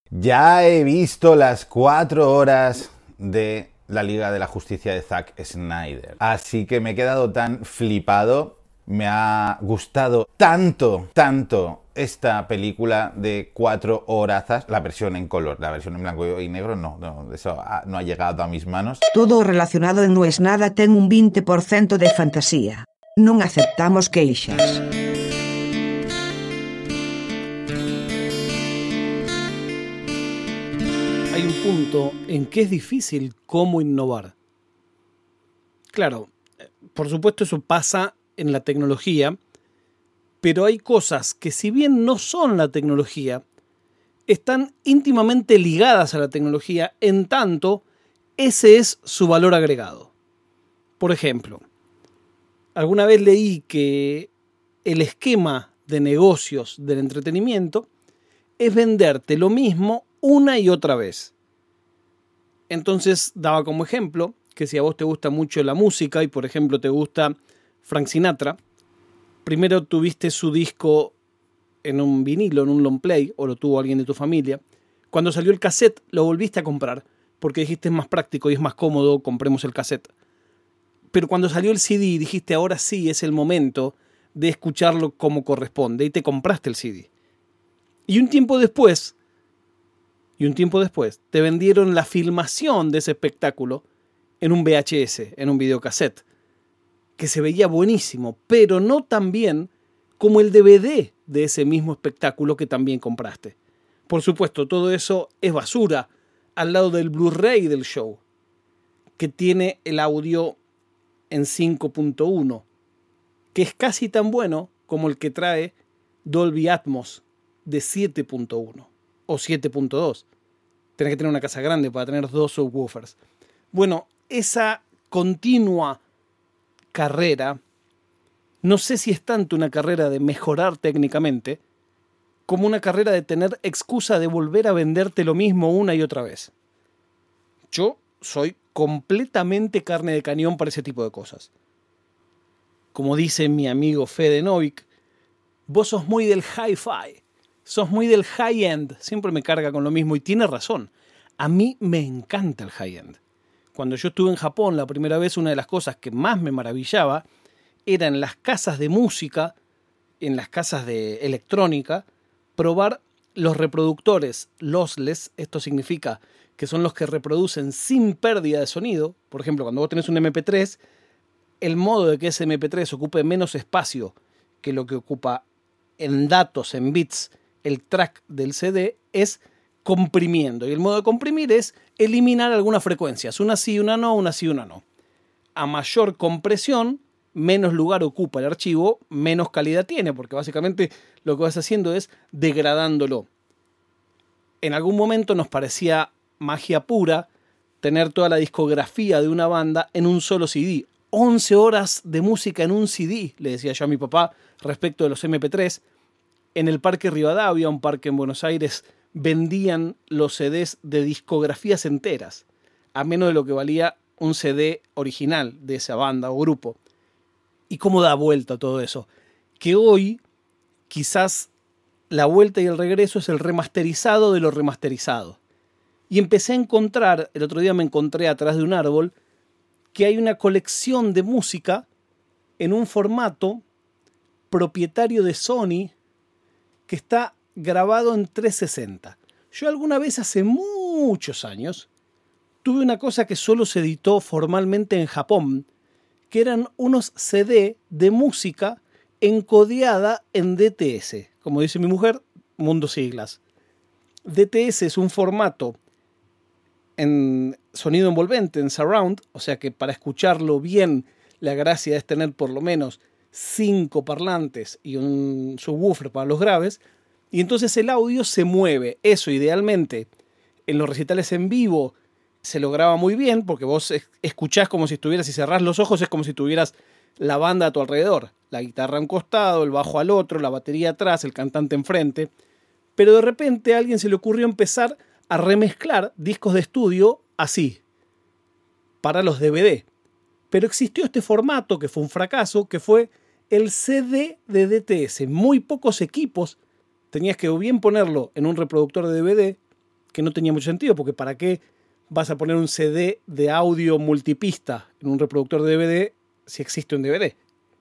Ya he visto las 4 horas de la Liga de la Justicia de Zack Snyder. Así que me he quedado tan flipado. Me ha gustado tanto esta película de 4 horazas. La versión en color, la versión en blanco y negro no, eso no ha llegado a mis manos. Todo relacionado en No es nada ten un 20% de fantasía. Non aceptamos queixas. Hay un punto en que es difícil cómo innovar. Claro, por supuesto eso pasa en la tecnología, pero hay cosas que si bien no son la tecnología, están íntimamente ligadas a la tecnología, en tanto ese es su valor agregado. Por ejemplo, alguna vez leí que el esquema de negocios del entretenimiento es venderte lo mismo una y otra vez. Entonces daba como ejemplo que si a vos te gusta mucho la música y por ejemplo te gusta Frank Sinatra, primero tuviste su disco en un vinilo, en un long play, o lo tuvo alguien de tu familia. Cuando salió el cassette lo volviste a comprar porque dijiste es más práctico y es más cómodo, compremos el cassette. Pero cuando salió el CD dijiste ahora sí es el momento de escucharlo como corresponde y te compraste el CD. Y un tiempo después te vendieron la filmación de ese espectáculo en un VHS, en un videocassette, que se veía buenísimo, pero no tan bien como el DVD de ese mismo espectáculo que también compraste. Por supuesto, todo eso es basura al lado del Blu-ray del show, que tiene el audio en 5.1, que es casi tan bueno como el que trae Dolby Atmos de 7.1 o 7.2. Tenés que tener una casa grande para tener 2 subwoofers. Bueno, esa continua carrera, no sé si es tanto una carrera de mejorar técnicamente, como una carrera de tener excusa de volver a venderte lo mismo una y otra vez. Yo soy completamente carne de cañón para ese tipo de cosas. Como dice mi amigo Fede Novik, vos sos muy del hi-fi, sos muy del high-end, siempre me carga con lo mismo y tiene razón. A mí me encanta el high-end. Cuando yo estuve en Japón la primera vez, una de las cosas que más me maravillaba era en las casas de música, en las casas de electrónica, probar los reproductores lossless. Esto significa que son los que reproducen sin pérdida de sonido. Por ejemplo, cuando vos tenés un MP3, el modo de que ese MP3 ocupe menos espacio que lo que ocupa en datos, en bits, el track del CD es comprimiendo. Y el modo de comprimir es eliminar algunas frecuencias. Una sí, una no, una sí, una no. A mayor compresión, menos lugar ocupa el archivo, menos calidad tiene, porque básicamente lo que vas haciendo es degradándolo. En algún momento nos parecía magia pura tener toda la discografía de una banda en un solo CD. 11 horas de música en un CD, le decía yo a mi papá respecto de los MP3. En el Parque Rivadavia, un parque en Buenos Aires, vendían los CDs de discografías enteras, a menos de lo que valía un CD original de esa banda o grupo. ¿Y cómo da vuelta todo eso? Que hoy, quizás, la vuelta y el regreso es el remasterizado de lo remasterizado. Y empecé a encontrar, el otro día me encontré atrás de un árbol, que hay una colección de música en un formato propietario de Sony que está grabado en 360. Yo alguna vez hace muchos años tuve una cosa que solo se editó formalmente en Japón, que eran unos CD de música encodeada en DTS. Como dice mi mujer, mundo siglas. DTS es un formato en sonido envolvente, en surround, o sea que para escucharlo bien, la gracia es tener por lo menos 5 parlantes y un subwoofer para los graves, y entonces el audio se mueve. Eso idealmente en los recitales en vivo se lograba muy bien, porque vos escuchás como si estuvieras, si cerrás los ojos es como si tuvieras la banda a tu alrededor, la guitarra a un costado, el bajo al otro, la batería atrás, el cantante enfrente, pero de repente a alguien se le ocurrió empezar a remezclar discos de estudio así, para los DVD. Pero existió este formato que fue un fracaso, que fue el CD de DTS. Muy pocos equipos tenías que o bien ponerlo en un reproductor de DVD que no tenía mucho sentido, porque ¿para qué vas a poner un CD de audio multipista en un reproductor de DVD si existe un DVD?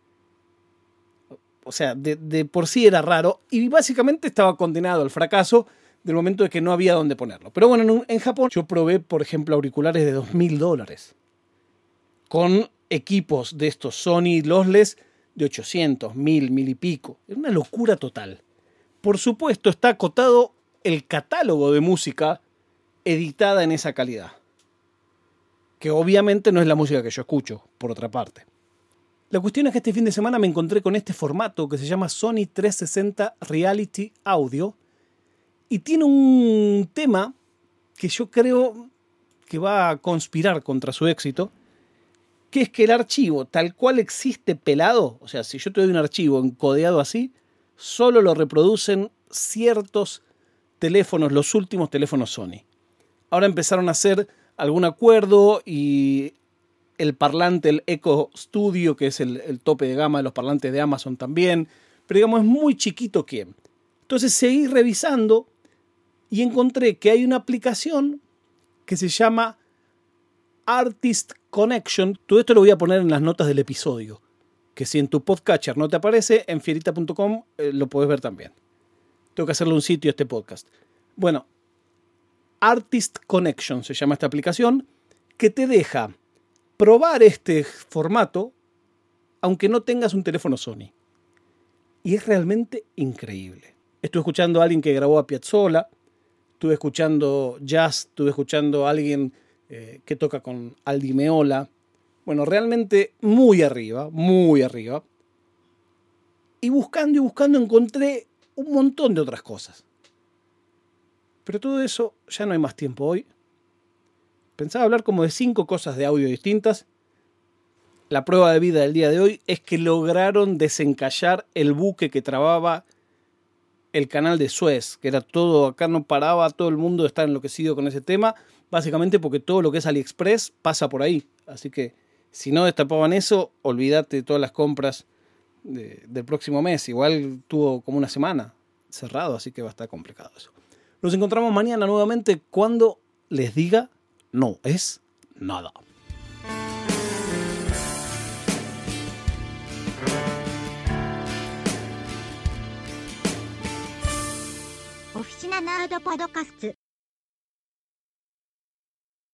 O sea, de por sí era raro y básicamente estaba condenado al fracaso del momento de que no había dónde ponerlo. Pero bueno, en Japón yo probé, por ejemplo, auriculares de $2.000 con equipos de estos Sony lossless de 800, 1.000 y pico. Era una locura total. Por supuesto, está acotado el catálogo de música editada en esa calidad, que obviamente no es la música que yo escucho, por otra parte. La cuestión es que este fin de semana me encontré con este formato que se llama Sony 360 Reality Audio y tiene un tema que yo creo que va a conspirar contra su éxito, que es que el archivo tal cual existe pelado, o sea, si yo te doy un archivo encodeado así, solo lo reproducen ciertos teléfonos, los últimos teléfonos Sony. Ahora empezaron a hacer algún acuerdo y el parlante, el Echo Studio, que es el tope de gama de los parlantes de Amazon también, pero digamos es muy chiquito que. Entonces seguí revisando y encontré que hay una aplicación que se llama Artist Connection. Todo esto lo voy a poner en las notas del episodio, que si en tu podcatcher no te aparece, en fierita.com lo puedes ver también. Tengo que hacerle un sitio a este podcast. Bueno, Artist Connection se llama esta aplicación, que te deja probar este formato aunque no tengas un teléfono Sony. Y es realmente increíble. Estuve escuchando a alguien que grabó a Piazzolla, estuve escuchando jazz, estuve escuchando a alguien que toca con Aldi Meola. Bueno, realmente muy arriba, muy arriba. Y buscando encontré un montón de otras cosas. Pero todo eso ya no hay más tiempo hoy. Pensaba hablar como de 5 cosas de audio distintas. La prueba de vida del día de hoy es que lograron desencallar el buque que trababa el canal de Suez, que era todo, acá no paraba, todo el mundo está enloquecido con ese tema, básicamente porque todo lo que es AliExpress pasa por ahí. Así que si no destapaban eso, olvídate de todas las compras del próximo mes. Igual tuvo como una semana cerrado, así que va a estar complicado eso. Nos encontramos mañana nuevamente cuando les diga no es nada. Oficina Nerd Podcast